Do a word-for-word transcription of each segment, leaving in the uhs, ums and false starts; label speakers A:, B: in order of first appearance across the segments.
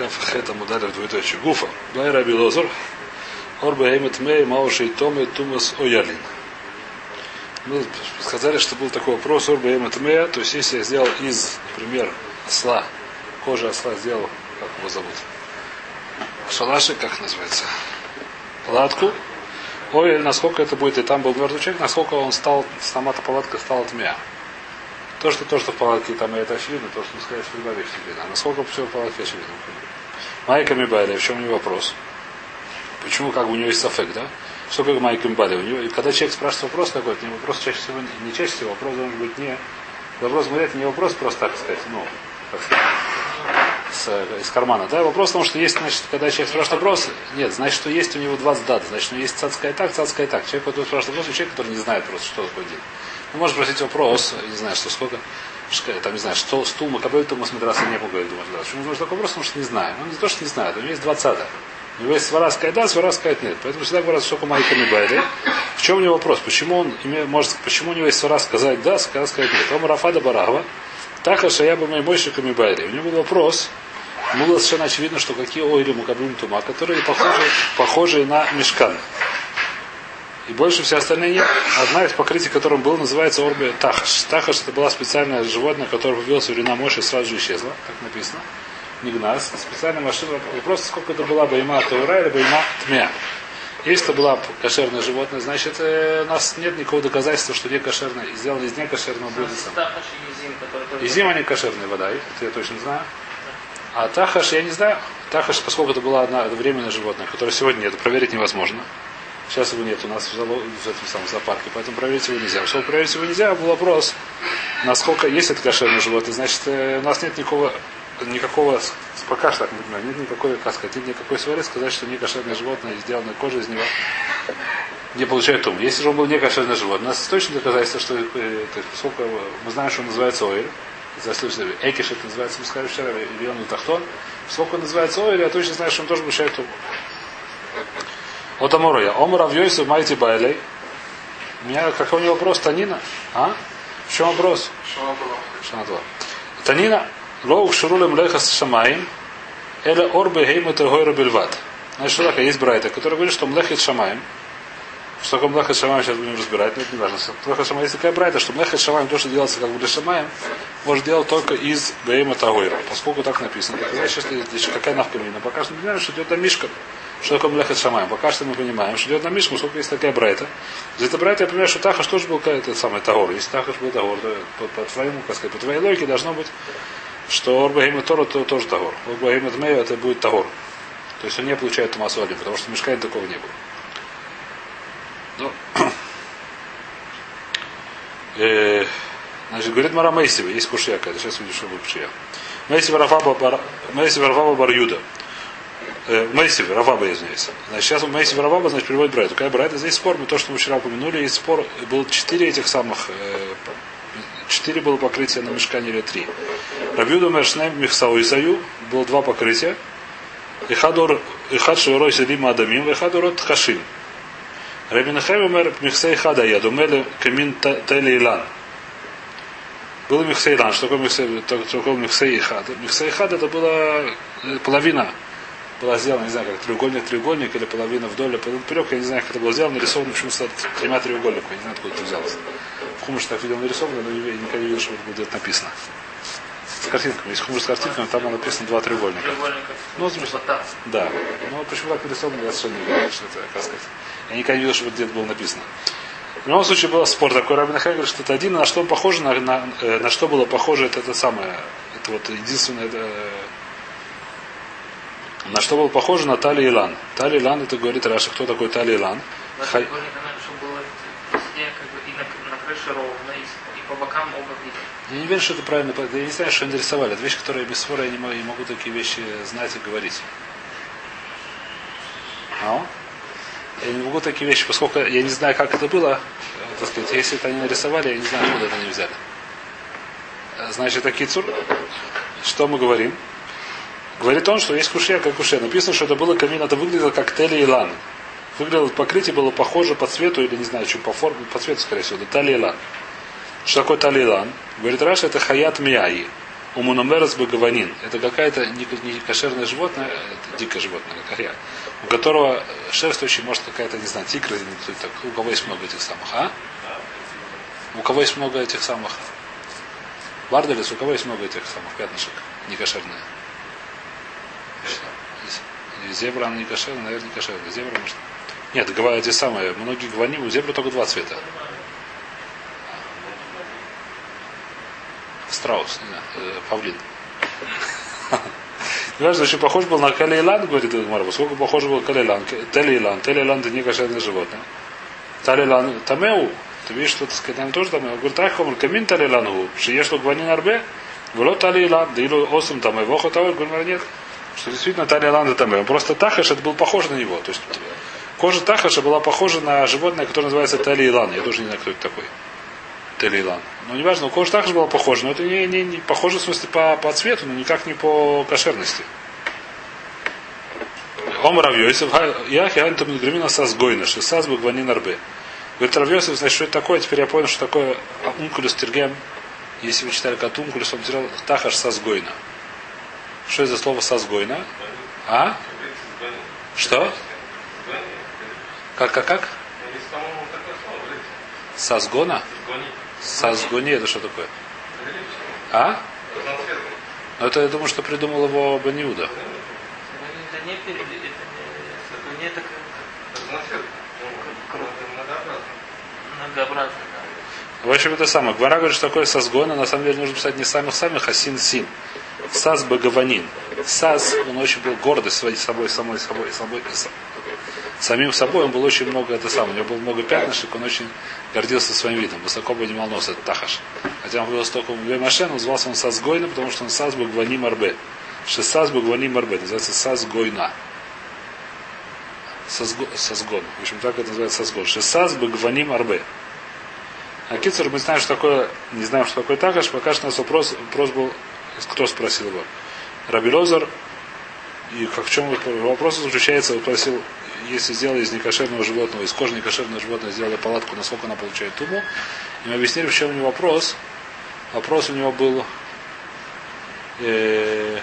A: Кафхета Мудалев двоеточие. Гуфа. Байра Билозор. Орба Эмет Мэй, Мауши Томы, Тумас Оялин. Мы сказали, что был такой вопрос Орба Эмет Мэй, то есть если я сделал из, например, осла, кожи осла сделал, как его зовут? Шалаши, как называется? Палатку. Ой, насколько это будет, и там был мертвый человек, насколько он стал, сама эта палатка стала тмя. То, что то, что в палатке там и это очевидно, то, что мы сказали, что любая вещь очевидна. А насколько все в палатке очевидно? Майка Мибайля, в чем у него вопрос? Почему как бы у него есть сафек, да? Что как Майка Мибайля? У него, и когда человек спрашивает вопрос какой-то, не вопрос чаще всего, не чаще всего, вопрос должен быть не. Вопрос, говорят, не вопрос просто так сказать, ну, как сказать, с, из кармана. Да, вопрос в том, что есть, значит, когда человек спрашивает вопрос, нет, значит, что есть у него двадцать дат, значит, у него есть цацкая так, цацкая так. Человек, который спрашивает вопрос, человек, который не знает просто, что такое день. Ну, можно спросить вопрос, не знаю, что сколько, там, не знаю, что стул Макабель Тумас Медраса не говорит, думаю, почему нужно такой вопрос, потому что не знаю. Он не то, что не знает, у него есть двадцать. У него есть свара сказать да, свара сказать нет. Поэтому всегда говорят, что Майка Мибайли. В чем у него вопрос? Почему он имеет, может, почему у него есть свара сказать да, свара сказать нет? Он Рафада Барахва, так что я бы мой мойшика Мибайли. У него был вопрос, ему было совершенно очевидно, что какие ойли Мукаблим Тума, которые похожи, похожи на мешкан. И больше все остальные нет. Одна из покрытий, которым был, называется Орбе Тахаш. Тахаш это была специальное животное, которое появилось во времена Мойши и сразу же исчезло, как написано. Нигнас. Специальная машина. И просто сколько это была Байма Таура или Байма Тмя. Если это была кошерное животное, значит э, у нас нет никакого доказательства, что не кошерное. И сделали из некошерного блюдца. И зим они кошерные вода, это я точно знаю. А Тахаш я не знаю. Тахаш, поскольку это было одно временное животное, которое сегодня нет, проверить невозможно. Сейчас его нет у нас в, зало, в этом самом зоопарке, поэтому проверить его нельзя. Поскольку проверить его нельзя, был вопрос, насколько, если это кошерное животное, значит, э, у нас нет никакого, никакого, пока что так не понимаю, нет никакой, как сказать, нет никакой свары сказать, что не кошерное животное, сделанное кожей из него, не получает ум. Если же он был не кошерное животное, у нас точно доказательство, что, э, то есть, поскольку мы знаем, что он называется оэль, заслышали, экиш это называется, мы сказали вчера, или он тахтон, поскольку он называется оэль, я точно знаю, что он тоже получает ум. Вот Амура я. Омар Авьёйсу Майти Байлей. У меня какой у него вопрос? Танина? А? В чем вопрос? Шанатва. Танина. Лоук Шурулем Лехас Шамаим. Эля Орбе Гейму Тегойра Бельват. Значит, что такое? Есть брайта, который говорит, что Млехет Шамаим. Что такое Млехет Шамаим, сейчас будем разбирать, но это не важно. Млехет Шамаим, есть такая брайта, что Млехет Шамаим, то, что делается как бы для Шамаем, может делать только из Бейма Тагойра. Поскольку так написано. Значит, если какая навкамина. Пока что мы понимаем, что идет на Мишка. Что такое Млехет Шамаем? Пока что мы понимаем, что идет на Мишку, сколько есть такая брайта. За это брайта я понимаю, что Тахаш тоже был какой-то самый Тагор. Если Тахаш был Тагор, то по, по твоему, как сказать, по твоей логике должно быть, что Орбагейм Тора то тоже Тагор. Орбагейм Тмею это будет Тагор. То есть он не получает Тумасу Алим, потому что мешка такого не было. Но... э, значит, говорит Мара Мейсева, есть кушья какая-то, сейчас увидишь, что будет кушья. Мейсева Рафаба Бар Юда. Мейсив, Раваба, извиняюсь. Значит, сейчас Мейсив Раваба, значит, переводит Брайт. Какая Брайт? Здесь спор, мы то, что мы вчера упомянули, есть спор, было четыре этих самых, четыре было покрытия на мешкане или три. Рабиуда Мершнем Михсау Исаю, было два покрытия. Ихадор, Ихад Шеврой Селима Адамим, Ихадор Хашим. Рабинахем Умер Михсей Хада Ядумели Камин Тели Илан. Был Михсей Илан. Что такое Михсей, такое Михсей Хад? Михсей Хад это была половина. Была сделана, не знаю, как треугольник, треугольник, или половина вдоль, или поперек, я не знаю, как это было сделано, нарисовано почему-то тремя треугольниками, я не знаю, откуда это взялось. В Хумыше так видел нарисовано, но я никогда не видел, что это будет написано. С картинками, если Хумыш с картинками, там написано два треугольника. Ну, в смысле, да. Но почему так нарисовано, я совершенно не знаю, что это, как сказать. Я никогда не видел, что это где-то было написано. В любом случае, был спор такой, Рабин Ахай говорит, что это один, на что он похоже, на, на, на что было похоже, это, это самое, это вот единственное, это, на что было похоже на Тали Илан. Тали Илан, это говорит Раша, кто такой Тали Илан? Хай... Я не верю, что это правильно. Я не знаю, что они нарисовали. Это вещь, которая без спора я не могу, я не могу такие вещи знать и говорить. А? Я не могу такие вещи, поскольку я не знаю, как это было. Так сказать, если это они нарисовали, я не знаю, откуда это они взяли. Значит, такие цур. Что мы говорим? Говорит он, что есть кушья, как кушья. Написано, что это было камин, это выглядело как Тели Илан. Выглядело покрытие, было похоже по цвету, или не знаю, чем по форме, по цвету, скорее всего, это Тали Илан. Что такое Тали Илан? Говорит Раша, это Хаят Мияи. Умуномерас багаванин. Это какая-то не, не кошерное животное, это дикое животное, как я, у которого шерсть очень может какая-то, не знаю, тигр или кто-то так. У кого есть много этих самых, а? У кого есть много этих самых? Бардалис, у кого есть много этих самых пятнышек? Не кошерные. Зебра, она не кошерная, наверное, не кошерная. Зебра, может. Нет, говорят, эти самые, многие гвани, у зебры только два цвета. Страус, не знаю, э, павлин. Не важно, очень похож был на калейлан, говорит Гмара. Сколько похож был калейлан? Телейлан. Телейлан это не кошерное животное. Талейлан тамеу. Ты видишь, что, так сказать, наверное, тоже тамеу. Говорит, рахоман камин талейлангу. Шиеш что гванин арбе. Вело талейлан. Да или осом тамеу. Вохо того, говорит, нет. Что действительно талейлан это тамеу. Просто тахаш это был похож на него. То есть кожа тахаша была похожа на животное, которое называется талейлан. Я тоже не знаю, кто это такой. Телейлан. Ну, неважно, у кожи также было похоже, но это не, не, не похоже, в смысле, по, по цвету, но никак не по кошерности. Ом Равьёйсев, я хиантум гремина сазгойна, что саз бы гванин арбе. Говорит, Равьёйсев, значит, что это такое? Теперь я понял, что такое ункулюс тергем. Если вы читали как ункулюс, он терял тахаш сазгойна. Что это за слово сазгойна? А? Что? Как, как, как? Сазгона? Сазгони, это что такое? А? Ну это я думаю, что придумал его Бен-Иуда. В общем, это самое. Гвара говорит, что такое сазгона, на самом деле нужно писать не самых самых, а син-син. Саз багаванин. Саз, он очень был гордый своей собой, самой собой, собой, самим собой, он был очень много, это самое, у него было много пятнышек, он очень гордился своим видом, высоко поднимал нос, это тахаш. Хотя он был столько в машин, назывался он сазгойна, потому что он саз багвани марбе. Что саз багвани марбе, называется сазгойна. Сазго, сазгон. В общем, так это называется сазгон. Что саз багвани марбе. А кицур, мы знаем, что такое, не знаем, что такое тахаш, пока что у нас вопрос, вопрос был, кто спросил его? Раби Лозар. И как в чем вопрос заключается, он спросил, если сделали из некошерного животного, из кожи некошерного животного сделали палатку, насколько она получает туму. И мы объяснили, в чем у него вопрос. Вопрос у него был... Э,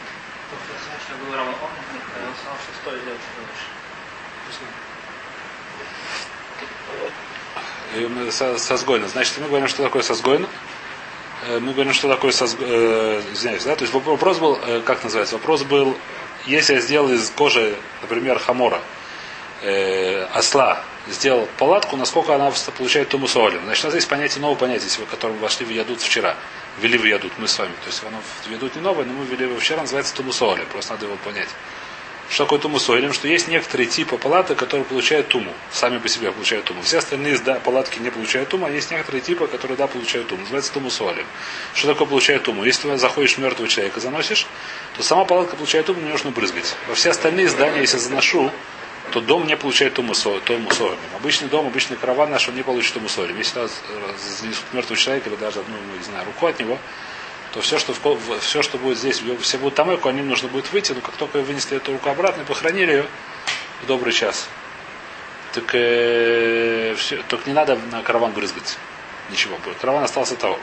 A: Сазгойна. Значит, мы говорим, что такое сазгойна. Мы говорим, что такое сазгойна. Э, извиняюсь, да? То есть вопрос был, э, как называется? Вопрос был, если я сделал из кожи, например, хамора, э, осла, сделал палатку, насколько она получает тумусолем. Значит, у нас есть понятие, новое понятие, если вы, которым вошли в ядут вчера. Ввели в ядут мы с вами. То есть оно в ядут не новое, но мы ввели его вчера, называется тумусолем. Просто надо его понять. Что такое тумусолем? Что есть некоторые типы палаты, которые получают туму. Сами по себе получают туму. Все остальные да, палатки не получают туму, а есть некоторые типы, которые да, получают туму. Называется тумусолем. Что такое получает туму? Если ты заходишь в мертвого человека, заносишь, то сама палатка получает туму, не нужно брызгать. Во все остальные здания, если заношу, то дом не получает тумусолем. Обычный дом, обычный караван наш, он не получит тумусолем. Если занесут мертвого человека или даже одну, не знаю, руку от него, то все, что, в, все, что будет здесь, все будут там, они нужно будет выйти, но как только вынесли эту руку обратно и похоронили ее в добрый час, так, э, все, только не надо на караван брызгать. Ничего. Караван остался того.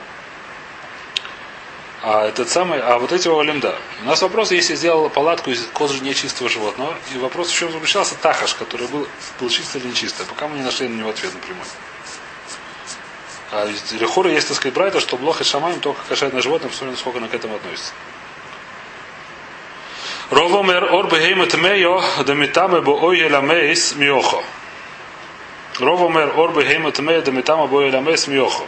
A: А этот самый, а вот эти олимда. У нас вопрос, если сделал палатку из кожи нечистого животного, и вопрос, в чем заключался тахаш, который был, был чистый или нечистый. Пока мы не нашли на него ответ напрямую. А Лехура есть, так сказать, брайта, что блох и шамаем только кошерное животное, посмотрим, сколько она к этому относится. Ровомер орбегеймет мейо дамитаме бо ойеламейс миохо. Ровомер орбегеймет мейо дамитаме бо ойеламейс миохо.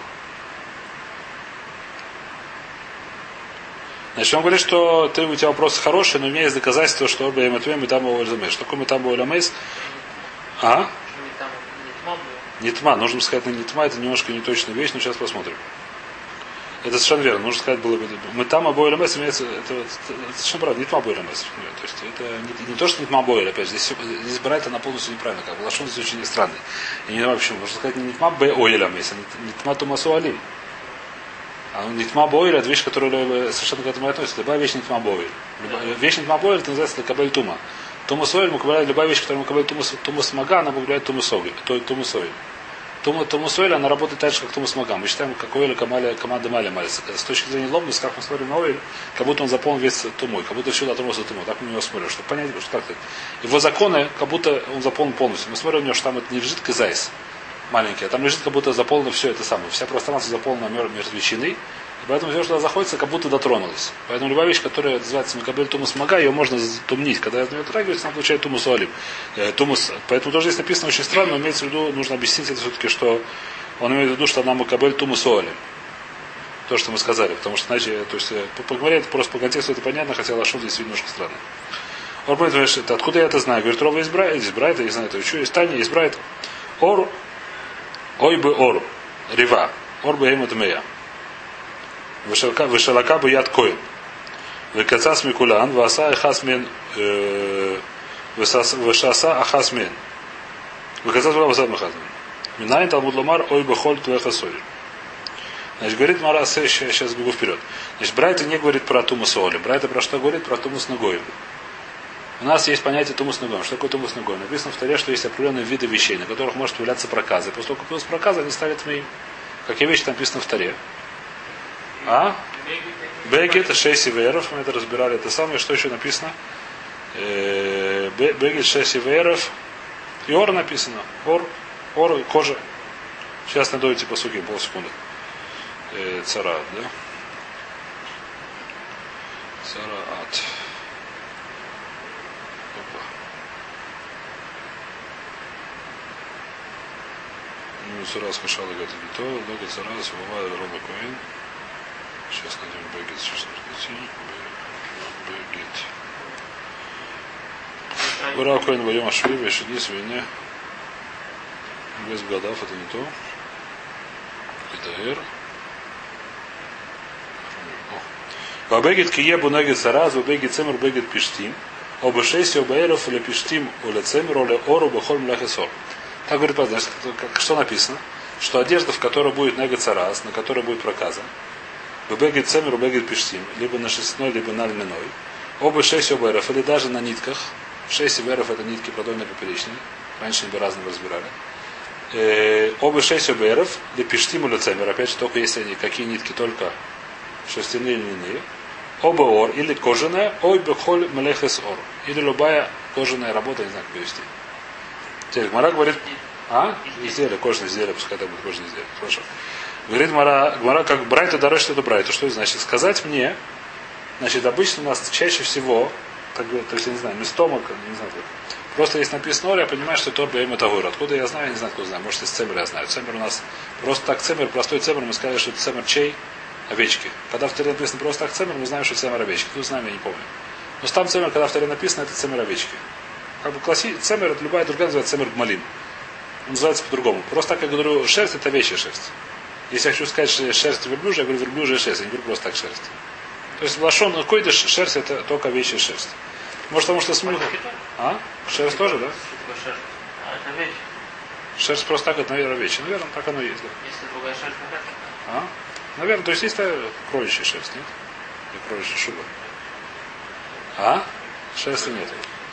A: Значит, он говорит, что ты, у тебя вопросы хорошие, но у меня есть доказательство, что орбегеймет мейо метаме бо ойеламейс. Что такое метаме бо ойеламейс? А? Нитма, нужно сказать на нитма, это немножко неточная вещь, но сейчас посмотрим. Это совершенно верно, нужно сказать было бы. Мы там обойлем эс имеется, это, это, это совершенно правда, нитма обойлем эс. То есть это не, не то, что нитма обойлем, опять же, здесь, здесь брать она полностью неправильно, как бы лашон здесь очень странный. Я не знаю почему, можно сказать не нитма б ойлем эс, а нитма тумасу алим. А нитма бойль это вещь, которая совершенно к этому относится. Любая вещь нитма бойль. Вещь нитма бойль это называется кабель тума. Тумасойль мы кабель, любая вещь, которая мы кабель тумас мага, она кабель тумасойль. Тумасойль. Тума, Тумус Оэль, она работает так же, как Тумус Магам. Мы считаем, как Оэль команда Маля молится. С точки зрения Ломбис, как мы смотрим на Оэль, как будто он заполнил весь Тумой, как будто всюду отрос от Тумой. Так мы на него смотрим, чтобы понять, что как-то. Его законы, как будто он заполнен полностью. Мы смотрим на него, что там это не лежит казайс маленький, а там лежит, как будто заполнено все это самое. Вся пространство заполнена мертвечиной. И поэтому все, что туда заходится, как будто дотронулось. Поэтому любая вещь, которая называется Макабель Тумус Мага, ее можно тумнить. Когда от нее трагивается, она получает Тумус Олим. Тумус. Поэтому тоже здесь написано очень странно, но имеется в виду, нужно объяснить это все-таки, что он имеет в виду, что она Макабель Тумус Олим. То, что мы сказали. Потому что, иначе, то есть, поговорить просто по контексту это понятно, хотя лошадь здесь немножко странно. Он говорит, это откуда я это знаю? Говорит, Рова из Брайта, из Брайта, я знаю, это учу, из Тани, из Брайта. Ор, ой бы ор, рива, ор бы эмет мея. Вышалака бы яд коин. Выкацас микулян, васа ахасмен, вышаса ахасмен. Выкацас микулян, васа ахасмен. Минайн талмуд ломар, ой бы холь твеха соль. Значит, говорит Мара, сейчас бегу вперед. Значит, Брайта не говорит про Тумус Олим. Брайта про что говорит? Про Тумус Нагоим. У нас есть понятие Тумус Нагоим. Что такое Тумус Нагоим? Написано в Торе, что есть определенные виды вещей, на которых может появляться проказы. После того, как появилась проказа, они ставят меим. Какие вещи там написано в Торе? А? Бегет, шесть иверов. Мы это разбирали. Это самое, что еще написано? Бегет, шесть иверов. И ор написано. Ор, ор, кожа. Сейчас найду эти посуки, полсекунды. Царат, да? Цараат. Опа. Ну, Царас Хашал и Гата Бито, Лога Царас, Вова, Роба Коин. Сейчас найдем Бегет, сейчас найти. Бегет. Вора Коин, Вайом Ашви, Вешиди, Свине. Без Гадав, это не то. Это Эр. Вабегет киебу нагет сараз, вабегет цемер, бегет пиштим. Оба шесть обаэров или пиштим, или цемер, или ору, бахоль мляхесор. Так говорит, значит, что написано? Что одежда, в которой будет нагет сараз, на которой будет проказа. Вабегет цемер, вабегет пиштим, либо на шерстяной, либо на льняной. Оба шесть обаэров, или даже на нитках. Шесть обаэров это нитки продольные поперечные. Раньше они разные разбирали. Э, оба шесть обаэров, или пиштим, или цемер. Опять же, только если они, какие нитки, только шерстяные или льняные. Оба ор, или кожаная, ой бехоль мелехес ор. Или любая кожаная работа, не знаю, как перевести. Теперь Гмара говорит, а? Изделие, кожаное изделие, пускай это будет кожаное изделие. Хорошо. Говорит Гмара, Гмара как Брайта дорожит эту Брайту. Что это значит? Сказать мне, значит, обычно у нас чаще всего, так, то есть, я не знаю, местомок, не знаю, просто если написано ор, я понимаю, что это ор бэйм это гор. Откуда я знаю, я не знаю, откуда знаю. Может, из цемера я знаю. Цемер у нас, просто так цемер, простой цемер, мы сказали, что это цемер чей? Овечки. Когда в Торе написано просто так цемер, мы знаем, что цемер овечки. Тут знаем, я не помню. Но там цемер, когда в Торе написано, это цемер овечки. Как бы класси... цемер, это любая другая называется цемер гмалин. Он называется по-другому. Просто так, как я говорю, шерсть, это овечья шерсть. Если я хочу сказать, что шерсть верблюжья, я говорю верблюжья шерсть, я не говорю просто так шерсть. То есть лашон, какой-то шерсть, это только овечья шерсть. Может, потому что смысл... А? Шерсть тоже, да? Шерсть просто так, это, наверное, овечья. Наверное, так оно и есть, да.
B: Если другая шерсть,
A: а? Наверное, то есть есть кроличья шерсть, нет? Или кроличья шуба. А? Шерсти нет.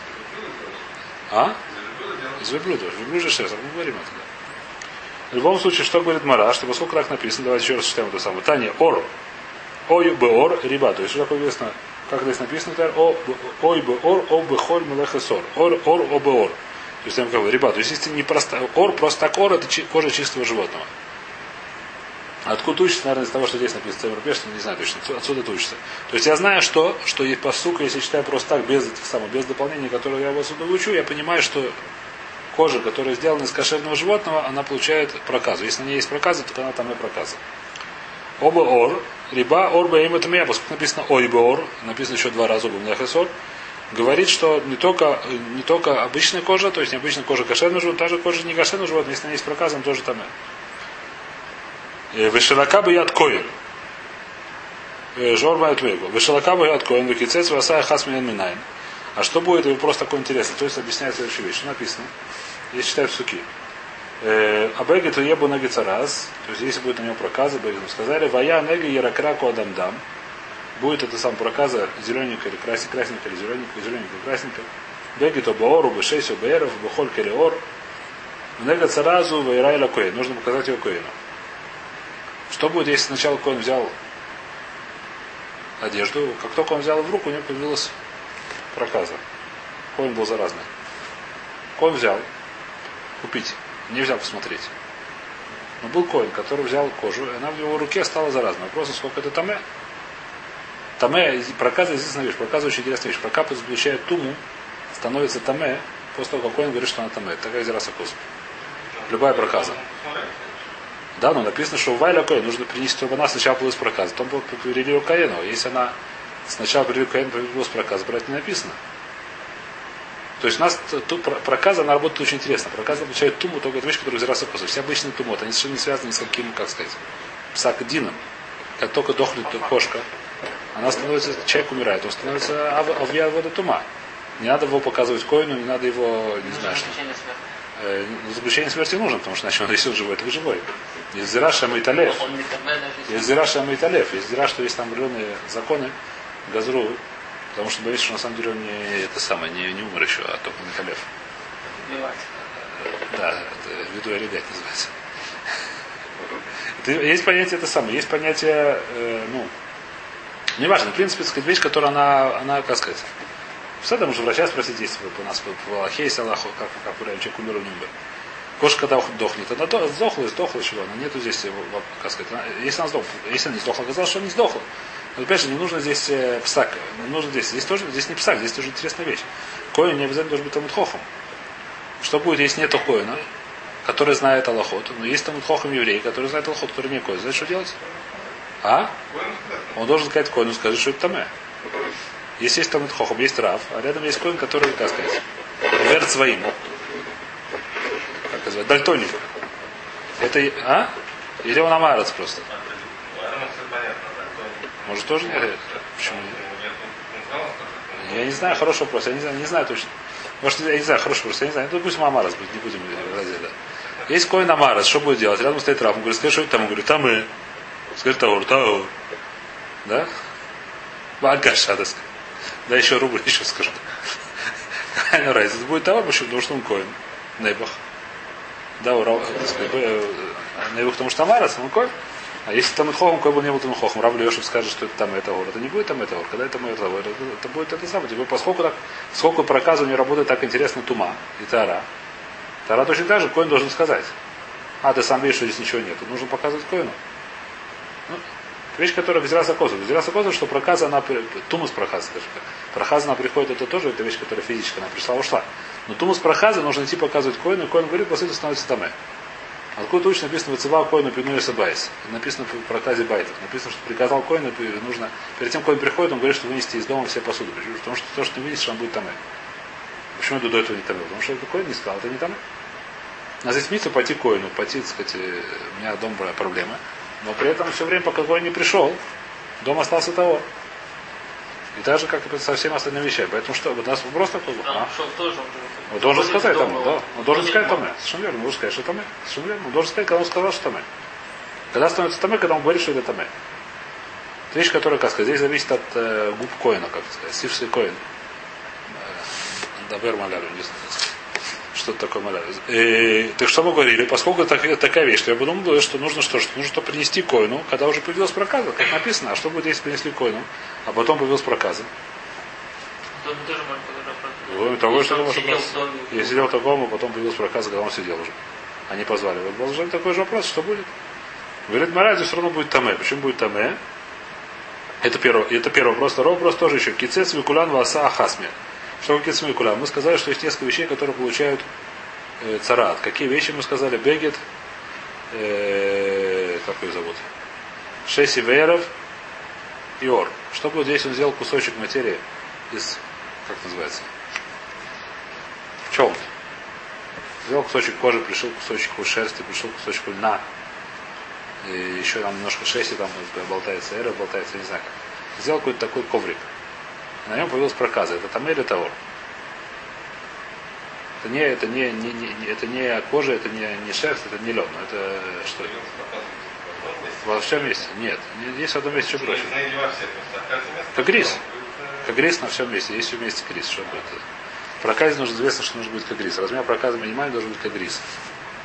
A: А? Из верблюда. Верблюжья шерсть. Мы говорим это, да. В любом случае, что говорит Мара, что поскольку так написано, давайте еще раз читаем это самое. Таня, ор. Ой бы ор, риба. То есть, что такое известно, как здесь написано, ой бы ор, о бы холь мелехесор. Ор, ор, о бы ор. То есть, там как бы, риба. То есть, если не просто ор, просто так ор, это кожа чистого животного. Откуда учится, наверное, из того, что здесь написано цемер пеш, не знаю точно, отсюда это учится. То есть я знаю, что, что есть посука, если читаю просто так, без этих самых, без дополнений, которые я отсюда учу, я понимаю, что кожа, которая сделана из кошерного животного, она получает проказу. Если на ней есть проказа, то она там и проказа. Оба ор, риба, ор бэйм это мея, поскольку написано ой бы ор, написано еще два раза оба мляхесор, говорит, что не только, не только обычная кожа, то есть не обычная кожа кошерного животного, та же кожа не кошерного животного, если на ней есть проказа, она тоже там. Вышелака бы яд коин. Жор бает вегу. Вышелака бы яд коин. Выкицец васая хасмин минайн. А что будет? Вопрос такой интересный. То есть объясняет следующую вещь. Что написано? Здесь читают суки. А бегет уебу нагица раз. То есть если будет на него проказа, бегету сказали, вая неги яракраку адамдам. Будет это сам проказа зелененькая или красненькая, красненькая или зелененькая, зелененькая, красненькая. Бегет обаору, бешейс обаэров, бухоль келеор. Нега царазу вайрайла коин. Нужно показать его коину. Что будет, если сначала коин взял одежду, как только он взял в руку, у него появилась проказа. Коин был заразный. Коин взял купить, не взял посмотреть. Но был коин, который взял кожу, и она в его руке стала заразной. Вопрос, сколько это таме. Таме, проказа, единственная вещь. Проказа очень интересная вещь. Проказа заключает туму, становится таме, после того, как коин говорит, что она таме. Такая зираса кос. Любая проказа. Да, но написано, что у Вайля коин нужно принести, чтобы она сначала появилась проказа. Потом привели ее коину. Если она сначала привели коину, появилась проказа, брать не написано. То есть у нас тут проказа, она работает очень интересно. Проказа отличает туму, только это вещь, которая зираса коса. Все обычные тумот, они совершенно не связаны ни с каким, как сказать, псакодином. Как только дохнет кошка, она становится, человек умирает, он становится авья вода тума. Не надо его показывать коину, не надо его, не знаю что. Э, заключение смерти нужно, потому что иначе он, если он живой, так живой. Есть зира шама и талев. Есть зира шама и талев. Есть зира, что есть там определенные законы, газру. Потому что боюсь, что на самом деле он не это самое, не, не умер еще, а только Михалев. Да, это виду оригать называется. Это, есть понятие это самое, есть понятие, э, ну, неважно, в принципе, сказать, вещь, которая она, она, как сказать, все это можно врача спросить, есть у нас в Аллахе есть Аллах, как, как говорят, человек умер, не умер. Кошка, когда дохнет, она сдохла, сдохла, чего, она нету здесь, как сказать, она, если она сдохла, если она не сдохла, оказалось, что она не сдохла. Но опять же, не нужно здесь э, псак. Не нужно здесь. Здесь тоже здесь не псак, здесь тоже интересная вещь. Коин не обязательно должен быть тамут хохом. Что будет, если нету коина, который знает Аллахот, но есть тамут хохом еврей, который знает Аллахот, который не коин. Знаете, что делать? А? Он должен сказать коину, скажи, что это таме. Если есть тамут хохом, есть рав, а рядом есть коин, который, как сказать, верт своим. Как называется? Дальтоник. Это, а? Или он амарец просто? Может тоже не говорит? Почему нет? Я не знаю, хороший вопрос. Я не знаю, не знаю точно. Может, я не знаю, хороший вопрос. Я не знаю. Ну, пусть Амарас будет, не будем разделять. Да. Есть коин Амарас, что будет делать? Рядом стоит Раф. Он говорит, скажи, что это там? Он говорит, там и. Скажи, таур, таур. Да? Багаша, да. Да, еще рубль, еще скажу. Какая разница? Это будет товар, потому что он коин. Нейбах. Да, урал. Нейбах, потому что Амарас, он коин. А если там и хохом, кой бы не был там хохом, Рав Лешев скажет, что это там это гор. Это не будет там это гор. Когда это мой это, это, это будет это самое. Теперь, поскольку так, сколько проказу не работает так интересно тума и тара. Тара точно так же, коин должен сказать. А, ты сам видишь, что здесь ничего нет. Нужно показывать коину. Ну, вещь, которая без раса коза. Без раса коза, что проказа, она тумус проказа. Проказа она приходит, это тоже это вещь, которая физически, она пришла, ушла. Но тумус проказа нужно идти показывать коину, и коин говорит, после этого становится таме. Откуда учно написано «Вацева коину пинуя сабайс». Написано в проказе байтов. Написано, что приказал коину, нужно... Перед тем, коин приходит, он говорит, что вынести из дома все посуды. Потому что то, что ты видишь, он будет таме. Почему это до этого не таме? Потому что это коин не сказал, это не таме. У нас здесь митцва пойти коину, пойти, так сказать, у меня дома была проблема. Но при этом все время, пока коин не пришел, дом остался того. И так же, как и со всеми остальными вещами. Поэтому что, у нас вопрос такой был. А? Он должен сказать там, да. Он должен сказать там. Совершенно верно, он должен сказать, что там. Совершенно верно. Он должен сказать, когда он сказал, что там. Когда становится там, когда он говорит, что это там. Это вещь, которая, как сказать, здесь зависит от э, губ коина, как сказать. Сивший коин. Дабер маляр, не знаю. Что это такое маляр. И, так что мы говорили, поскольку это такая вещь, что я подумал, что нужно что, что нужно что принести коину, когда уже появилась проказа, как написано. А что будет, если принесли коину, а потом появилась проказа? Кроме того, что думаю, что я сидел в таком, а потом появилась проказа, когда он сидел уже. Они позвали. Вот должен такой же вопрос, что будет? Говорит, Марази все равно будет таме. Почему будет таме? Это первый, это первый вопрос. Второй вопрос тоже еще. Кицец викулян васа ахасме. Что такое кицец викулян? Мы сказали, что есть несколько вещей, которые получают э, царат. Какие вещи мы сказали? Бегет, э, как ее зовут? Шеси вейров и ор. Что будет, если он сделал кусочек материи из, как называется? Пчел. Взял кусочек кожи, пришел кусочек шерсти, пришел кусочек льна. И еще там немножко шерсти, там болтается эра, болтается, не знаю как. Сделал какой-то такой коврик. На нем появилась проказа. Это там или того. Это не, это не, не, не, это не кожа, это не, не шерсть, это не лед. Но это что? Во всем месте? Нет. Есть в одном месте что проще. Как грис. Как грис на всем месте. Есть в месте грис. Что будет? В проказе нужно известно, что нужно быть как грис. Размер проказа минимальный должен быть как грис.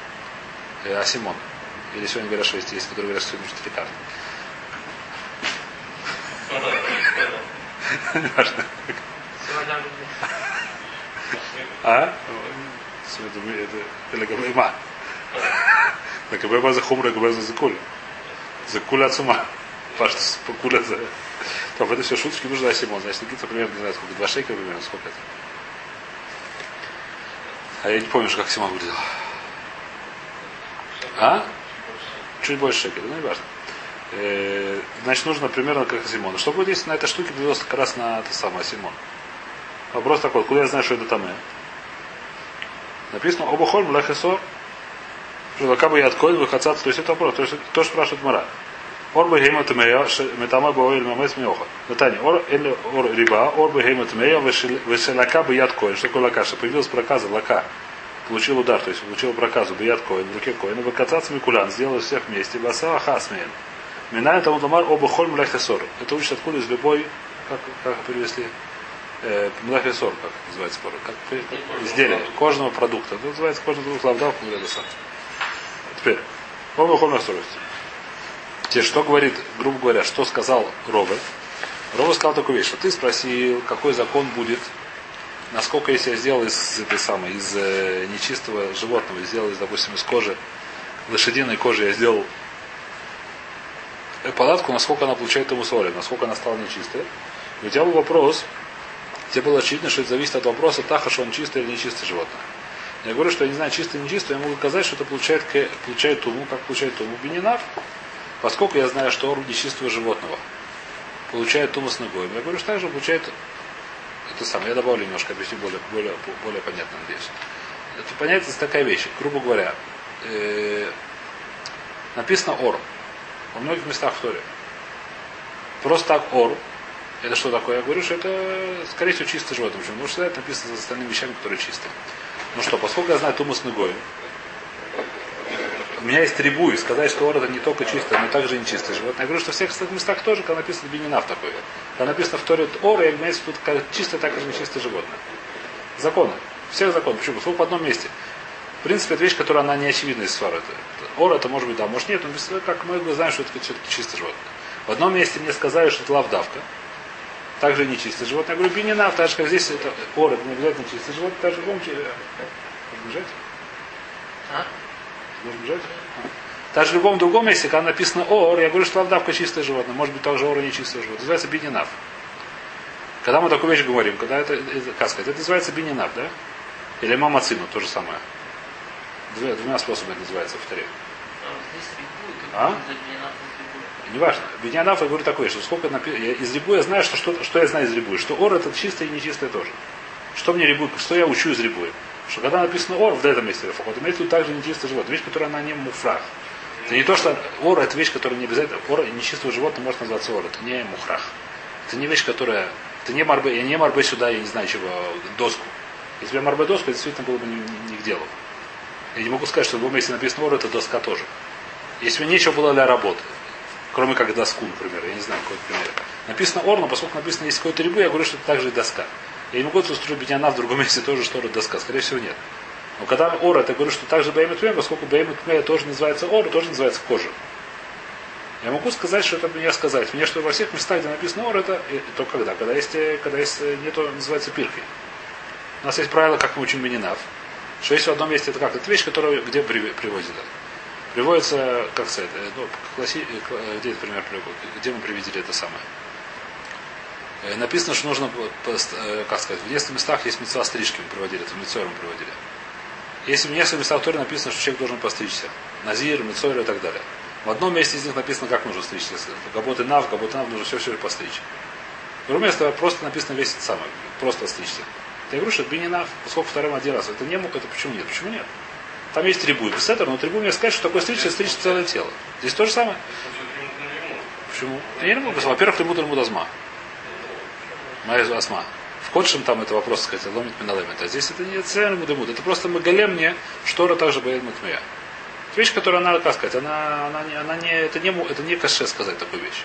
A: Э, асимон. Или сегодня говорят, что есть, есть которые говорят, что сегодня четыре карты. А? Это Лагабайма. Лагабайма за хумра, Лагабайма за закуля. Закуля от ума. Пашта куля за... Топ, это все шуточки, нужно асимон. Значит, Никита, примерно, не знаю, сколько, два шейка примерно, сколько это. А я не помню, как асимон выглядел. А? Чуть больше шекеля, ну не важно. Э, значит, нужно примерно как асимон. Что будет, если на этой штуке появился как раз на это самое асимон? Вопрос такой, куда я знаю, что это там? Написано обухоль млахесор. Как бы я откоин выхацаться, то есть это вопрос, то есть то, что спрашивает Мара. Ор бы гейма тмея, метама бы оэль мамес миоха. Натани, ор эль ор риба, ор бы гейма тмея, вешелака бы яд коин. Что такое лака? Что появилась проказа, лака. Получил удар, то есть получил проказу, бы яд коин, в руке коина, выкацаться микулян, сделал всех вместе, басава хасмеен. Минает тому домар оба холь млахесор. Это учит откуда из любой, как, как привезли, э, млахесор, как называется порой, как, как изделие, кожаного продукта. Это называется кожаный продукт лавдав, млахесор. Теперь, оба холь млахесор. Теперь, что говорит, грубо говоря, что сказал Рове? Рове сказал такую вещь, что ты спросил, какой закон будет, насколько если я сделал из этой самой, из э, нечистого животного, сделал из, допустим, из кожи, лошадиной кожи я сделал палатку, насколько она получает ему соли, насколько она стала нечистой. И у тебя был вопрос, тебе было очевидно, что это зависит от вопроса таха, что он чистый или нечистое животное. Я говорю, что я не знаю, чистое или нечистое, я могу сказать, что это получает, получает туму, как получает туму бенинав, поскольку я знаю, что ору нечистого животного получает туму с ногой. Я говорю, что также получает это самое. Я добавлю немножко, объясню более, более, более понятно, надеюсь. Это понятие такая вещь. Грубо говоря, э, написано ор. Во многих местах в Торе. Просто так ор. Это что такое? Я говорю, что это, скорее всего, чистое животное. Почему? Потому что это написано за остальными вещами, которые чистые. Ну что, поскольку я знаю туму с ногой, у меня есть трибу, и сказать, что ор это не только чистое, но также и нечистое животное. Я говорю, что в всех остальных местах тоже, когда написано бенинав такой. Когда написано в Торе ор, я имею в виду как чистое, так и нечистое животное. Законы. Всех законов. Почему? Поскольку в одном месте. В принципе, это вещь, которая она не очевидна из свара. Ор это может быть да, может нет, но как мы знаем, что это все-таки чистое животное. В одном месте мне сказали, что это лавдавка. Также и нечистое животное. Я говорю, бенинав, так же как здесь это ор, это не обязательно чистое животное, так же в Можно бежать? А? Можно бежать? А. Также в любом другом месте, когда написано ор, я говорю, что лавдавка чистое животное. Может быть, также ор и нечистое животное. Это называется бенинав. Когда мы такую вещь говорим, когда это, это как сказать, это называется бенинав, да? Или мамацину, то же самое. Двумя, двумя способами это называется в Торе. А? Не важно. Беньянаф, я говорю такое, что сколько написано. Из рибу я знаю, что, что, что я знаю из рибу. Что ор это чистое и нечистое тоже. Что мне рибу, что я учу из рибу. Что когда написано ор, в этом месте, вот имеется в виду также нечистое животное. Вещь, которая она не муфрах. Это не то, что ор это вещь, которая не обязательно. Ор нечистого животного может называться ор. Это не мухрах. Это не вещь, которая. Это не марбе. Я не марбе сюда, я не знаю чего, доску. Если бы я марбе доску, это действительно было бы не, не, не к делу. Я не могу сказать, что в любом месте написано ор, это доска тоже. Если бы нечего было для работы, кроме как доску, например, я не знаю, какой пример. Написано ор, но поскольку написано есть какой-то рибу, я говорю, что это также и доска. Я не могу устроить беньяна в другом месте тоже, что ор доска. Скорее всего, нет. Но когда ор, это говорю, что также беймет мэ, поскольку беймет мэ тоже называется ор, тоже называется кожа. Я могу сказать, что это мне сказать. Мне что во всех местах, где написано ор, это то когда? Когда есть, когда есть нету, называется пиркой. У нас есть правило, как мы учим бенинав. Что есть в одном месте, это как? Это вещь, которая где приводится. Приводится, как сказать, ну, класси... где это пример приводит? Где мы приведели это самое? Написано, что нужно, как сказать, в нескольких местах есть мецва стрижки, мы приводили, это в Мицойр мы приводили. Если в нескольких местах в Торе написано, что человек должен постричься. Назир, Мицойр и так далее. В одном месте из них написано, как нужно стричься. Габот и нав, габот и нав, нужно все-все постричь. В другом месте просто написано весь этот самый, просто стричься. Я говорю, что это бенинав, поскольку вторым один раз. Это не мог, это почему нет? Почему нет? Там есть трибу, беседер, но трибу мне сказать, что такое стричься, стричься целое тело. Здесь то же самое. Почему? Я не могу. Во-первых, трибу трибу дазма. Моя асма. В Кодшем там это вопрос, сказать, ломит миналемет. А здесь это не целый мудемут. Это просто магалем мне, штора также боит матмея. Вещь, которая она, как сказать, она, она, не, она не, это не, это не каше сказать такую вещь.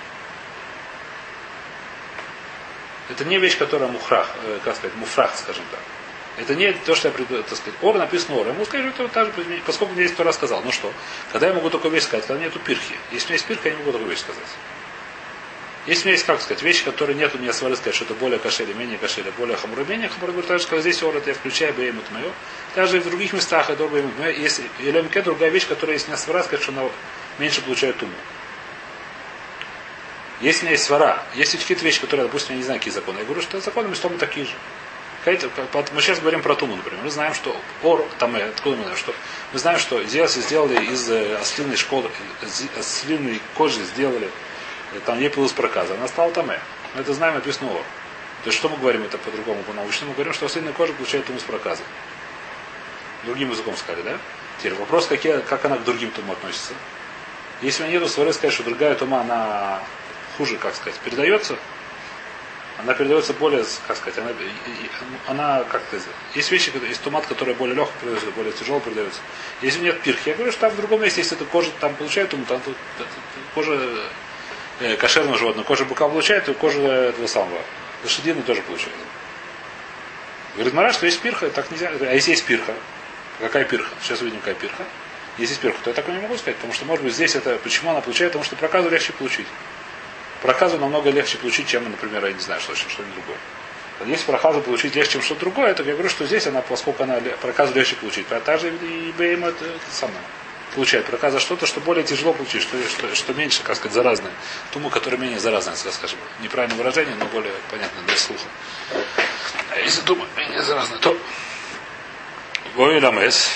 A: Это не вещь, которая мухрах, э, как сказать, муфрах, скажем так. Это не то, что я предлагаю, так сказать. Ор написано ор. Я могу сказать, что это та же, поскольку мне есть Тора сказал. Ну что? Когда я могу такую вещь сказать? Когда нету пирхи. Если у меня есть пирха, я не могу такую вещь сказать. Если у меня есть, как сказать, вещи, которые нету, мне свары сказать, что это более кашель, менее кашель, более хамур, менее хамур, говорю, так что здесь ор, это я включаю беймут мое. Даже в других местах это ор беймут мое. Если или другая вещь, которая есть у меня свара, сказать, что она меньше получает туму. Если у меня есть свара, есть какие-то вещи, которые, допустим, я не знаю, какие законы. Я говорю, что законы местами такие же. Мы сейчас говорим про туму, например. Мы знаем, что ор, там, откуда мы знаем, что мы знаем, что здесь сделали из ослиной школы, из ослиной кожи сделали, там ей появилась проказа, она стала там. Мы это знаем, написано ор. То есть что мы говорим это по-другому, по-научному? Мы говорим, что ослиная кожа получает туму с проказой. Другим языком сказали, да? Теперь вопрос, какие, как она к другим туму относится. Если у меня нету свары сказать, что другая тума, она хуже, как сказать, передается, она передается более, как сказать, она, она как сказать, есть вещи, есть тумат, которые более легко передаются, более тяжело передаются. Если нет пирхи, я говорю, что там в другом месте, если эта кожа там получает туму, там тут, кожа э, кошерного животного, кожа быка получает, то кожа этого самого, лошадиной тоже получает. Говорит Мара, что есть пирха, так нельзя. А если есть пирха, какая пирха? Сейчас увидим, какая пирха. Если есть пирха, то я такого не могу сказать, потому что, может быть, здесь это, почему она получает, потому что проказу легче получить. Проказу намного легче получить, чем, например, я не знаю, что, что-нибудь другое. Если проказу получить легче, чем что-то другое, то я говорю, что здесь она, поскольку она проказу легче получить. А также и БМ это, это самое. Получает проказа что-то, что более тяжело получить, что, что, что меньше, как сказать, заразное. Туму, которая менее заразная, скажем. Неправильное выражение, но более понятное для слуха. А если тума менее заразная, то Гой Ламес.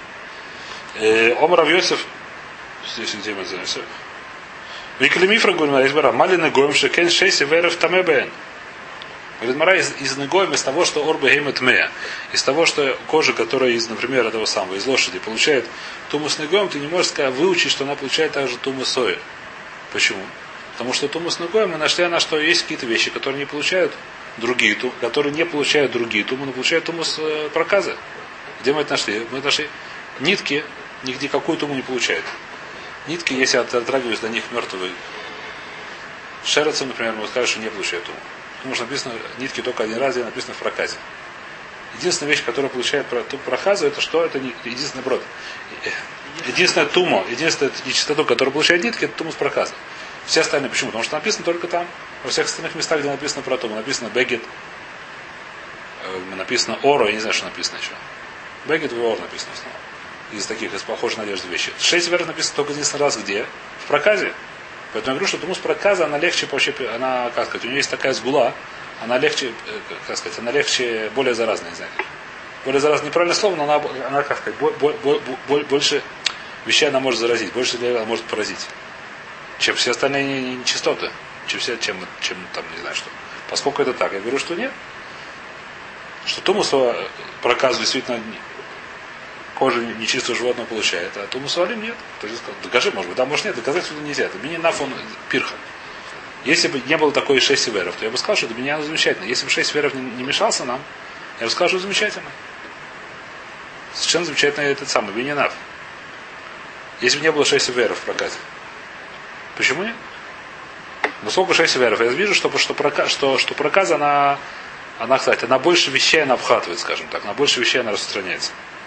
A: Омар Йосеф. Здесь где мы занимаемся. Виклемифра говорит, избира, малины гоем шекен шесть веров тамебен. Говорит, Мара из, из негоем, из того, что орбе геймет мея, из того, что кожа, которая из, например, этого самого, из лошади, получает тумус негоем, ты не можешь сказать, выучить, что она получает также тумус соя. Почему? Потому что тумус негоем мы нашли, она, что есть какие-то вещи, которые не получают другие, тум, которые не получают другие тумы, но получают тумус э, проказы. Где мы это нашли? Мы нашли нитки, нигде какую туму не получают. Нитки, если отрагиваются до них мертвые шерцем, например, мы скажем, что не получают туму. Потому что написано, нитки только один раз, где написано в проказе. Единственная вещь, которая получает проказу, это что? Это не единственный брод. Единственная тума, единственная нечистоту, которую получает нитки, это тумус проказа. Все остальные почему? Потому что написано только там. Во всех остальных местах, где написано про туму, написано бегет, написано оро, я не знаю, что написано еще. Бегет в ор написано снова. Из таких, из похожих на одежду вещей. Шесть верх написано только единственный раз где? В проказе. Поэтому я говорю, что тумус проказа, она легче вообще, она, как сказать, у нее есть такая сгула, она легче, как сказать, она легче, более заразная, не знаю. Более заразная, неправильное слово, но она, она как сказать, боль, боль, боль, больше вещей она может заразить, больше людей она может поразить, чем все остальные нечистоты, чем все, чем, чем там, не знаю что. Поскольку это так, я говорю, что нет. Что тумусу проказу действительно кожа нечистого животного получает, а тумусу алим нет. То есть, докажи, может быть, да, может нет, доказать сюда нельзя. Это мини нафон пирха. Если бы не было такой шесть веров, то я бы сказал, что это меня замечательно. Если бы шесть веров не, не мешался нам, я бы сказал, что замечательно. Совершенно замечательно этот самый бининав. Если бы не было шесть веров в проказе. Почему нет? Но сколько шесть веров? Я вижу, что, что, прока, что, что проказа, она, она, кстати, она больше вещей она обхватывает, скажем так. На больше вещей она распространяется.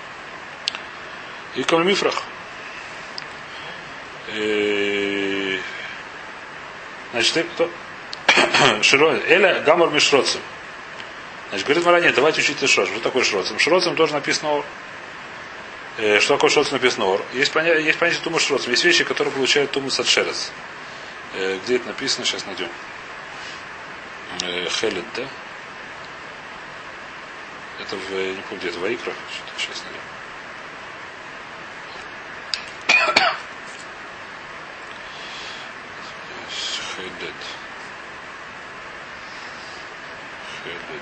A: И кольмифрах. И... Значит, кто? Широй. Эля гамар мишроцем. Значит, говорит Мара, нет, давайте учить шроцем. Что такое шроцем? Шроцем тоже написано ор. Э, что такое шроцем написано ор? Есть понятие, есть понятие тумус шроцем. Есть вещи, которые получают тумус от шерец. Э, где это написано? Сейчас найдем. Э, Хелет, да? Это в, не помню, где это, в Аикрах. Что-то сейчас найдем. Хелед. Хелед.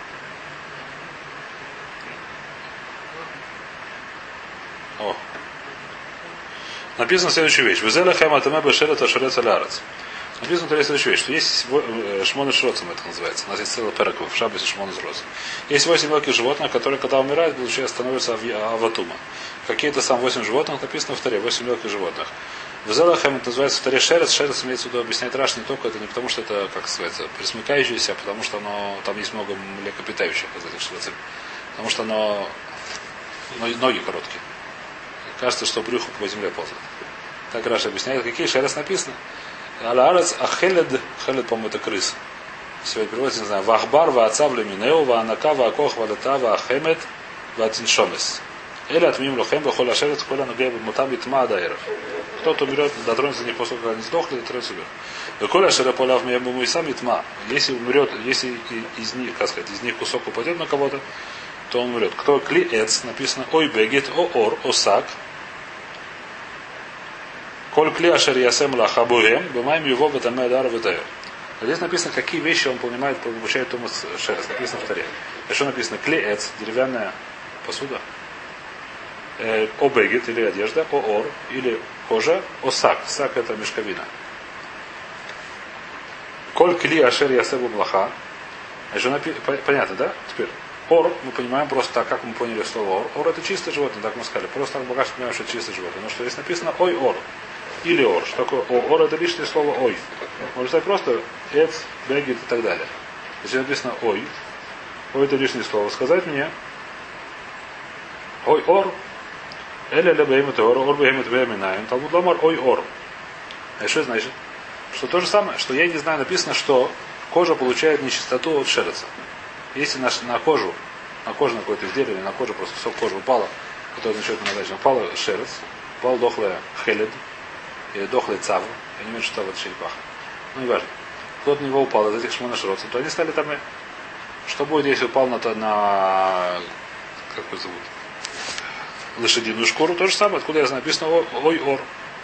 A: О. Написано следующую вещь. Везела хайма таме бешерет ашерец алярец. Написано следующую вещь, что есть шмон и шроцем, это называется. У нас есть целый перек в шаббесе шмон и шроцем. Есть восемь мелких животных, которые, когда умирают, получается, становятся аватума. Какие-то сам восемь животных написано в таре, восемь мелких животных. В Зелахем это называется в таре шерец. Шерец имеется в виду объясняет Раш не только это не потому, что это, как называется, присмыкающееся, а потому что оно, там есть много млекопитающих из этих шерцев. Потому что оно ноги короткие. Кажется, что брюхо по земле ползает. Так Раша объясняет, какие шерес написано. Аларец ахелед, хелед, по-моему, это крыс. Сегодня переводится, не знаю, вахбар, ваацав леминеу, ваанака, ваакох, валета, ваахемет, ваатиншомес. Или отмим лохем, вахоля шерец, коля нагеб, мутам битма адаиров. Кто-то умрет, дотронется до них после того, как они сдохли, дотронется умрет. Веколя шереполав мияму и сам итма. Если умрет, если из них, как сказать, из них кусок упадет на кого-то, то он умрет. Кто клиэц, написано ой бегет, о ор, осак. Коль кли ашер ясем лахабуем, бымаем его бетаме адара бетаэр. Здесь написано, какие вещи он понимает, получает Тумас Шерес. Написано в Таре. И что написано? Клеэц, деревянная посуда. Э, обегет, или одежда. Оор, или кожа. Осак. Сак это мешковина. Коль кли ашер ясебу млаха. Понятно, да? Теперь. Ор, мы понимаем просто так, как мы поняли слово ор. Ор это чистое животное, так мы сказали. Просто так богатство понимаем, что это чистое животное. Но что здесь написано ой ор. Или ор. Что такое о? Ор это лишнее слово ой. Можно сказать просто эц, бегет и так далее. Здесь написано ой. Ой это лишнее слово. Сказать мне ой ор. Эля ля беймет ор. Ор беймет бейминаем. Талмуд ламар ой ор. А что значит? Что то же самое, что я не знаю, написано, что кожа получает нечистоту от шереца. Если на, на кожу, на кожу на какое-то изделие, или на кожу просто кусок кожи упало, который означает на задачу, упало шерец, упал дохлая хелед, или дохлый цав, я не имею что вот шейпах. Ну, не важно. Кто-то на него упал из этих шмонашротцев, то они стали там. Что будет, если упал на, на как его зовут? Лошадиную шкуру? То же самое. Откуда я знаю? Написано ой ор.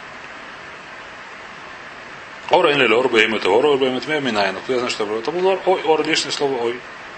A: Ор или ор бейм это ор, ор бейм это минайн. Откуда я знаю, что это был ор? Ой ор, лишнее слово ой.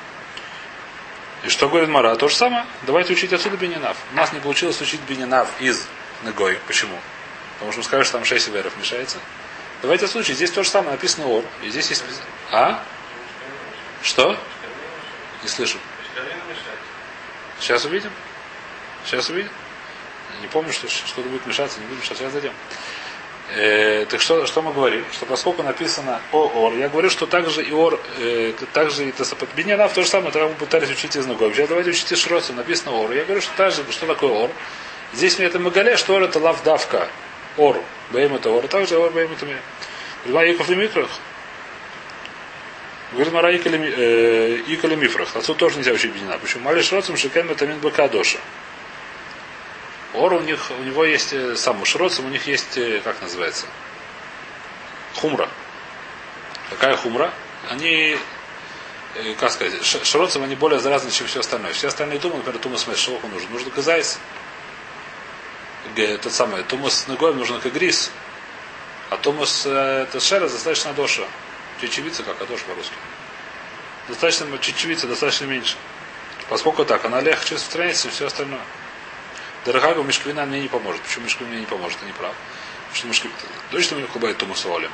A: И что говорит Мара? То же самое. Давайте учить отсюда бининав. У нас не получилось учить бининав из Негой. Почему? Потому что мы скажем, что там шесть веров мешается. Давайте случай. Здесь то же самое написано ор. И здесь есть... А? Что? Не слышу. Сейчас увидим. Сейчас увидим. Не помню, что что-то будет мешаться, не будет мешаться. Сейчас зайдем. Э, так что, что мы говорим? Что поскольку написано о ор, я говорю, что также и ор, э, также и тасапат биньянав, то же самое, тогда мы пытались учить из Негой. Сейчас давайте учить из Шроца, написано ор. Я говорю, что также, что такое ор. Здесь мне это магале, что ор это лавдавка. Ор. Бейм это ор. Также ор бейм это мне. Говорит, Яков лимикрах. Говорит, Мара икали мифрах. Отсюда тоже нельзя учить биньянав. Почему? Мали шроцем шикем это мин бакадоша. Ор у них, у него есть, сам у шроцем у них есть, как называется? Хумра. Какая хумра? Они, как сказать, шроцем они более заразны, чем все остальное. Все остальные думают, например, тумас мэш, что нужен? Нужно казайс. Тот самый, тумас негоем нужно кагрис. А тумас это шера достаточно доша. Чечевица, как адош по-русски. Достаточно чечевица, достаточно меньше. Поскольку так, она легче распространяется, чем все остальное. Дорогого мешковина мне не поможет. Почему мешковина мне не поможет? Я не прав. Потому что мешковина... Точно мне хубает тумаса олем.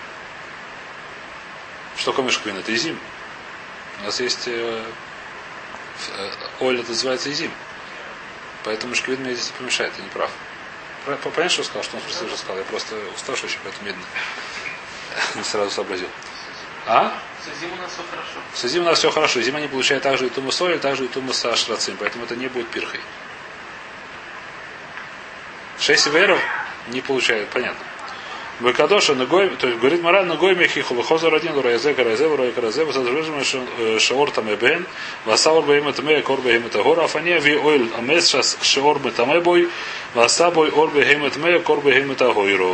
A: Что такое мешковина? Это изим. У нас есть... Э, э, оль, это называется изим. Поэтому мешковина мне здесь не помешает. Я не прав. Понятно, что я сказал? Что он спросил, что сказал? Я просто уставший еще, поэтому медленно. Не сразу сообразил. А?
B: С изим у нас все хорошо.
A: С изим у нас все хорошо. Зима не получает также и тумас оль, также и тумас ашрацим. Поэтому это не будет пирхой. Шесть веров не получают, понятно. Бекадоша ногой, то есть говорит Мара ногой мехиху, выхоза один, раезе, каразе, врой каразе, возражаем шаор там эбен, васаур бэйм это мэ, кор бэйм это гора, афания ви ойл амес шас шаор бэтаме бой, васабой ор бэйм это мэ, кор бэйм это гойро.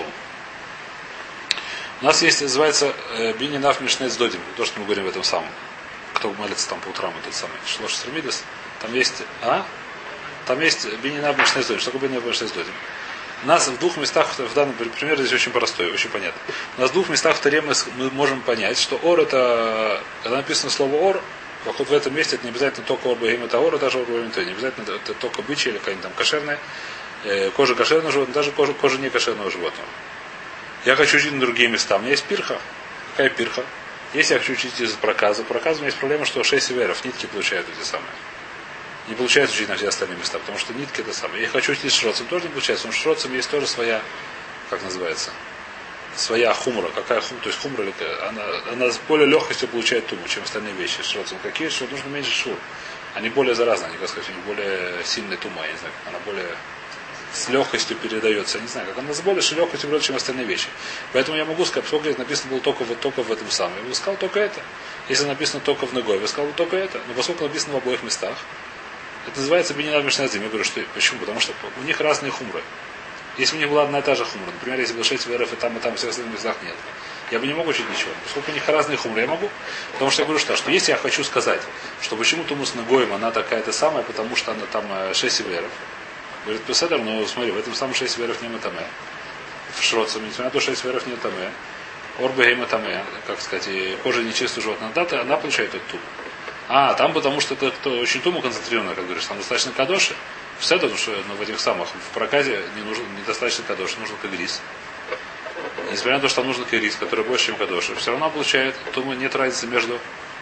A: У нас есть, называется бининав мишнец додим, то, что мы говорим в этом самом. Кто молится там по утрам, этот самый шлош стремидес, там есть, а? Там есть бининав мишнец додим. Что такое бининав мишнец додим? У нас в двух местах, в данном примере здесь очень простой, очень понятно. У нас в двух местах в Таре мы, мы можем понять, что ор это, когда написано слово ор, вот в этом месте это не обязательно только ор бэгим это ор, даже ор бэгим это не обязательно это, это только бычья или какая-нибудь там кошерная, э, кожа кошерного животного, даже кожа, кожа не кошерного животного. Я хочу учить на другие места. У меня есть пирха. Какая пирха? Если я хочу учить из проказа, проказа у меня есть проблема, что шесть северов, нитки получают эти самые. Не получается учить на все остальные места, потому что нитки это самое. Я хочу учить с шроцем, тоже не получается. Но с шроцем есть тоже своя, как называется, своя хумра. Какая хумра? То есть хумра, она, она с более легкостью получает туму, чем остальные вещи с шроцем. Какие? Что нужно меньше шур. они более заразны, они, как сказать, у них более сильная тума, я не знаю, она более с легкостью передается. Я не знаю, как она с большей легкостью берет, чем остальные вещи. Поэтому я могу сказать, сколько написано было только, вот, только в этом самом. Я бы сказал только это. Если написано только в Негой, я бы сказал только это. Но поскольку написано в обоих местах, это называется Бенинав Мишназим. Я говорю, что почему? Потому что у них разные хумры. Если у них была одна и та же хумра, например, если было шесть веров и там, и там, в всех остальных местах нет, я бы не мог учить ничего. Поскольку у них разные хумры, я могу. Потому что я говорю, что, что если я хочу сказать, что почему Тумус Негоем она такая-то самая, потому что она там шесть веров, говорит, Песедер, ну смотри, в этом самом шесть веров не матаме. В Шроцам, несмотря на то, что шесть веров не матаме. Орбе и матаме, как сказать, и кожа нечистая животное дата, она получает эту туму. А, там потому что это кто, очень туму концентрированная, как говоришь, там достаточно кадоши. В Седер, потому что ну, в этих самых, в проказе не нужно, недостаточно кадоши, нужно кагрис. Несмотря на то, что там нужно кагрис, который больше, чем кадоши, все равно получает, туму нет разницы между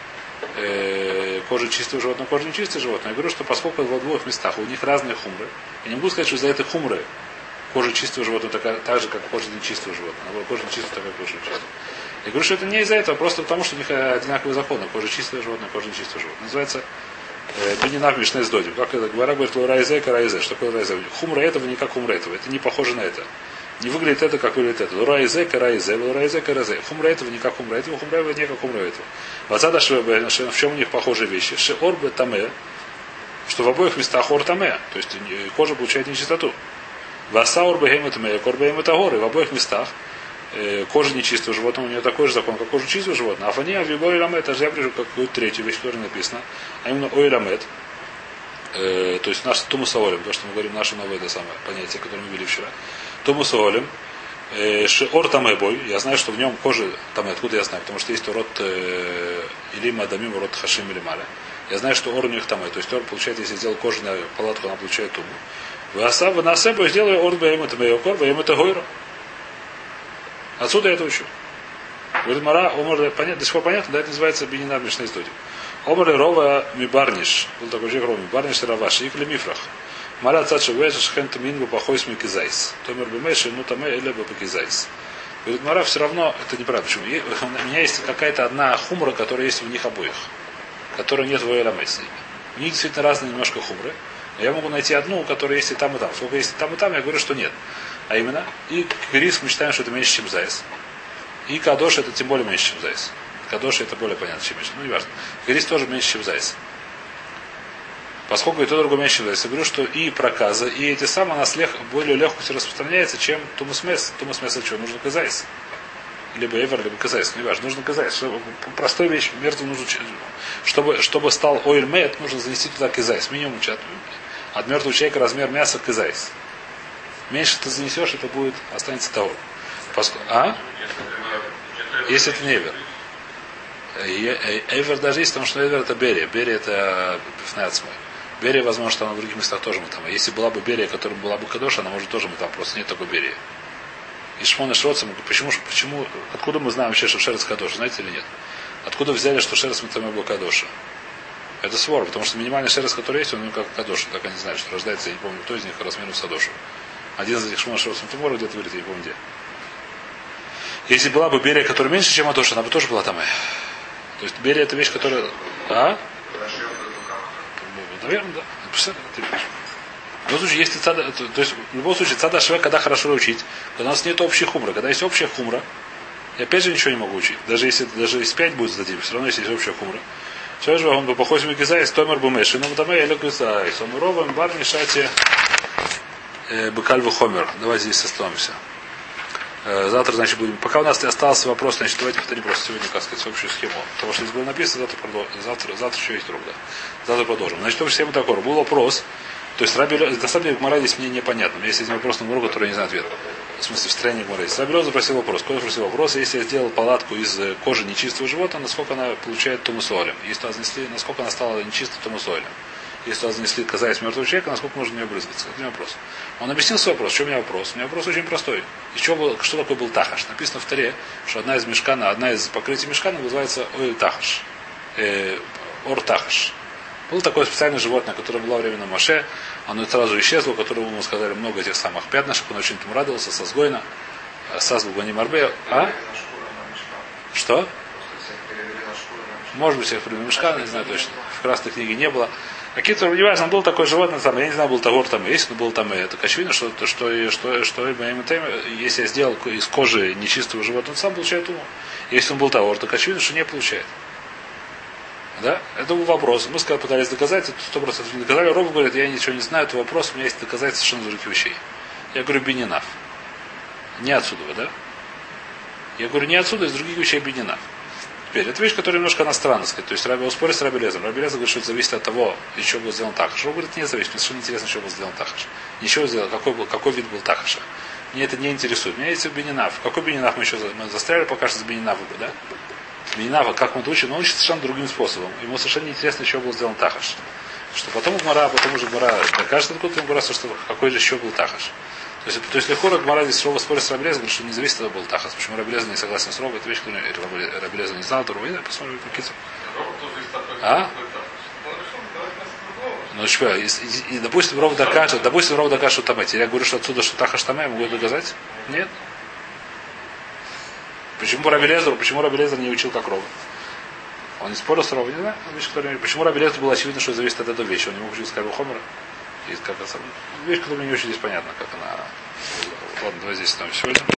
A: э, кожей чистого животного и кожей нечистого животного. Я говорю, что поскольку в двух местах у них разные хумры, я не буду сказать, что из-за этой хумры кожа чистого животного такая, так же, как кожа нечистого животного. Она была кожа нечистого, такая кожа нечистого. Я говорю, что это не из-за этого, а просто потому, что у них одинаковые законы. Кожа чистого животного, кожа нечистого животного. Называется Бенинав Мишнез Додим. Как это говоря, говорит Лорайзе, Карайзе. Что такое Лорайзе? Хумра этого не как хумра этого. Это не похоже на это. Не выглядит это, как выглядит это. Лорайзе, Карайзе, Лорайзе, Карайзе. Хумра этого не как хумра этого, хумра этого не как хумра этого. Вацада Швебе, в чем у них похожие вещи? Шеорбе Таме, что в обоих местах ор Таме, то есть кожа получает нечистоту. Васаур Бехемет Ме, Корбехемет Агоры, в обоих местах кожа нечистого животного, у нее такой же закон, как кожа чистого животного. А фания вибой ламет, а я прижу какую-то третью вещь, которая написана, а именно ойламет, э, то есть наш тумусаолем, то, что мы говорим, наше новое это самое понятие, которое мы вели вчера. Тумусаолем, э, шеор тамебой, я знаю, что в нем кожа, там откуда я знаю, потому что есть урод э, илима дамим, урод хашим или маля. Я знаю, что ор у них там, то есть ор получает, если сделал кожаную палатку, она получает туму. Вы асаба на себу сделаю ор бэйм это мейокор, бэйм это гойро. Отсюда я это учу. Говорит, Мара, Омар, понятно, до сих пор понятно, да, это называется Бенинав Мишнез Додим. Омар Рова Мибарниш, был такой человек Рова Мибарниш Раваш, Икли Мифрах. Мара Цадши Вэш, Хэнт Мингу Пахойс Микизайс. Томер Бемеши, ну там Эля Бапакизайс. Говорит, Мара, все равно, это неправда. Почему? У меня есть какая-то одна хумра, которая есть в них обоих, которой нет в Эламесе. У них действительно разные немножко хумры. Но я могу найти одну, у которой есть и там, и там. Сколько есть и там, и там, я говорю, что нет. А именно, и Крис мы считаем, что это меньше, чем Зайс. И Кадош это тем более меньше, чем Зайс. Кадош это более понятно, чем меньше. Ну, не важно. Крис тоже меньше, чем Зайс. Поскольку и то, и другое меньше, чем Зайс. Я говорю, что и проказа, и эти самые, она с лег... более легкостью распространяется, чем Тумасмес. Тумасмес это что? Нужно Казайс. Либо Эвер, либо Казайс. Не важно. Нужно Казайс. Простая вещь. Мертвый нужно... Чтобы, чтобы стал Ойль Мейт, нужно занести туда Казайс. Минимум от, от мертвого человека размер мяса Казайс. Меньше ты занесешь, это будет, останется того. Поск... А? Если это не Эвер. Эвер даже есть, потому что Эвер это Берия. Берия это пифнацмой. Берия, возможно, что она в других местах тоже мы там. Если была бы Берия, которая была бы Кадош, она может тоже мы там. Просто нет такой Берии. И Шмона Шроца, почему, почему, откуда мы знаем вообще, что Шерец Кадош, знаете или нет? Откуда взяли, что Шерец Матаме был Кадоша? Это свор, потому что минимальный Шерец, который есть, он как Кадош. Так они знают, что рождается, я не помню, кто из них размером Садошу. Один из этих Шмона Шроца Матамора где-то говорит, я не помню где. Если была бы Берия, которая меньше, чем Адоша, она бы тоже была там. То есть Берия это вещь, которая... А? Наверное, да. В любом случае, если цада, то, то есть, в любом случае, цада шве, когда хорошо учить, когда у нас нет общей хумры. Когда есть общая хумра, я опять же ничего не могу учить. Даже если, даже если пять будет сдадим, все равно если есть общая хумра. Все же он бы похож на Кизайс, Томер Бумеши, но там я люблю Кизайс. Он ровен, бар мешате Бекальву Хомер. Давайте здесь остановимся. Завтра, значит, будем. Пока у нас остался вопрос, значит, давайте повторим просто сегодня, как сказать, общую схему. Потому что здесь было написано, завтра продолжим. Завтра, завтра еще есть друг, да. Завтра продолжим. Значит, общая схема такого. Был вопрос. То есть Раби Лёза, на самом деле, Гмара здесь мне непонятно. У меня есть один вопрос на Гмару, который я не знаю ответ. В смысле, в строении Гмара есть. Раби Лёза запросил вопрос. Кто спросил вопрос? Если я сделал палатку из кожи нечистого животного, насколько она получает тумусолем? Если туда занесли, насколько она стала нечистой тумусолем? Если туда занесли казаясь мертвого человека, насколько нужно ее брызгаться? Это вопрос. Он объяснил свой вопрос. Что у меня вопрос? У меня вопрос очень простой. Еще был, что такое был тахаш? Написано в Торе, что одна из мешкана, одна из покрытий мешкана называется ой тахаш. Э, ор тахаш. Было такое специальное животное, которое было во время Моше. Оно сразу исчезло, которому мы сказали много этих самых пятнышек. Он очень этому радовался, со сгойна. Саз Бугани Марбе. А? Что? Может быть, всех привели мешкана, не знаю точно. В красной книге не было. А китер, не важно, был такой животное, там, я не знаю, был тагор там, если был там, это очевидно, что, что, что, что, что если я сделал из кожи нечистого животного, он сам получает уму. Если он был тагор, то очевидно, что не получает. Да? Это был вопрос. Мы сказали, пытались доказать, это сто процентов не доказали. Ров говорит, я ничего не знаю, это вопрос, у меня есть доказать совершенно других вещей. Я говорю, бенинав. Не отсюда, да? Я говорю, не отсюда, из других вещей бенинав. Теперь, это вещь, которая немножко иностранная, сказать. То есть Раби спорит с Раби Лезером. Раби Лезер говорит, что это зависит от того, из чего был сделан тахаш. Ров говорит, не зависит, мне совершенно интересно, из чего был сделан тахаш. Ничего сделал, какой, был, какой вид был тахаша. Мне это не интересует. Меня есть бенинав. Какой бенинав мы еще мы застряли пока что с бенинавом, да? Бенинава, как мы это учим, но он учит совершенно другим способом. Ему совершенно неинтересно, еще был сделан тахаш. Что потом Гмара, потом уже Гмара докажет, откуда Гмара, что какой же еще был тахаш. То есть, то есть легко Гмара здесь Рова спорит с Раби Лезером, что не зависит, от был тахаш. Почему Раби Лезер не согласен с Ровой, это вещь, которую Раби Лезер не знал, то Рова, посмотрим, какие-то. А? Ну что, и, и, и, допустим, Рова докажет, допустим, Рова докажет, что там эти. Я говорю, что отсюда, что тахаш там, я могу это доказать? Нет. Почему Раби Лезер, почему Раби Лезер не учил как Рова? Он не спорил с Ровой, не знаю. Вещь, которая... Почему Раби Лезер было очевидно, что зависит от этой вещи? Он не мог учить с Кальву Хомера. Вещь, которая мне не очень здесь понятна, как она. Ладно, давай здесь остановимся сегодня.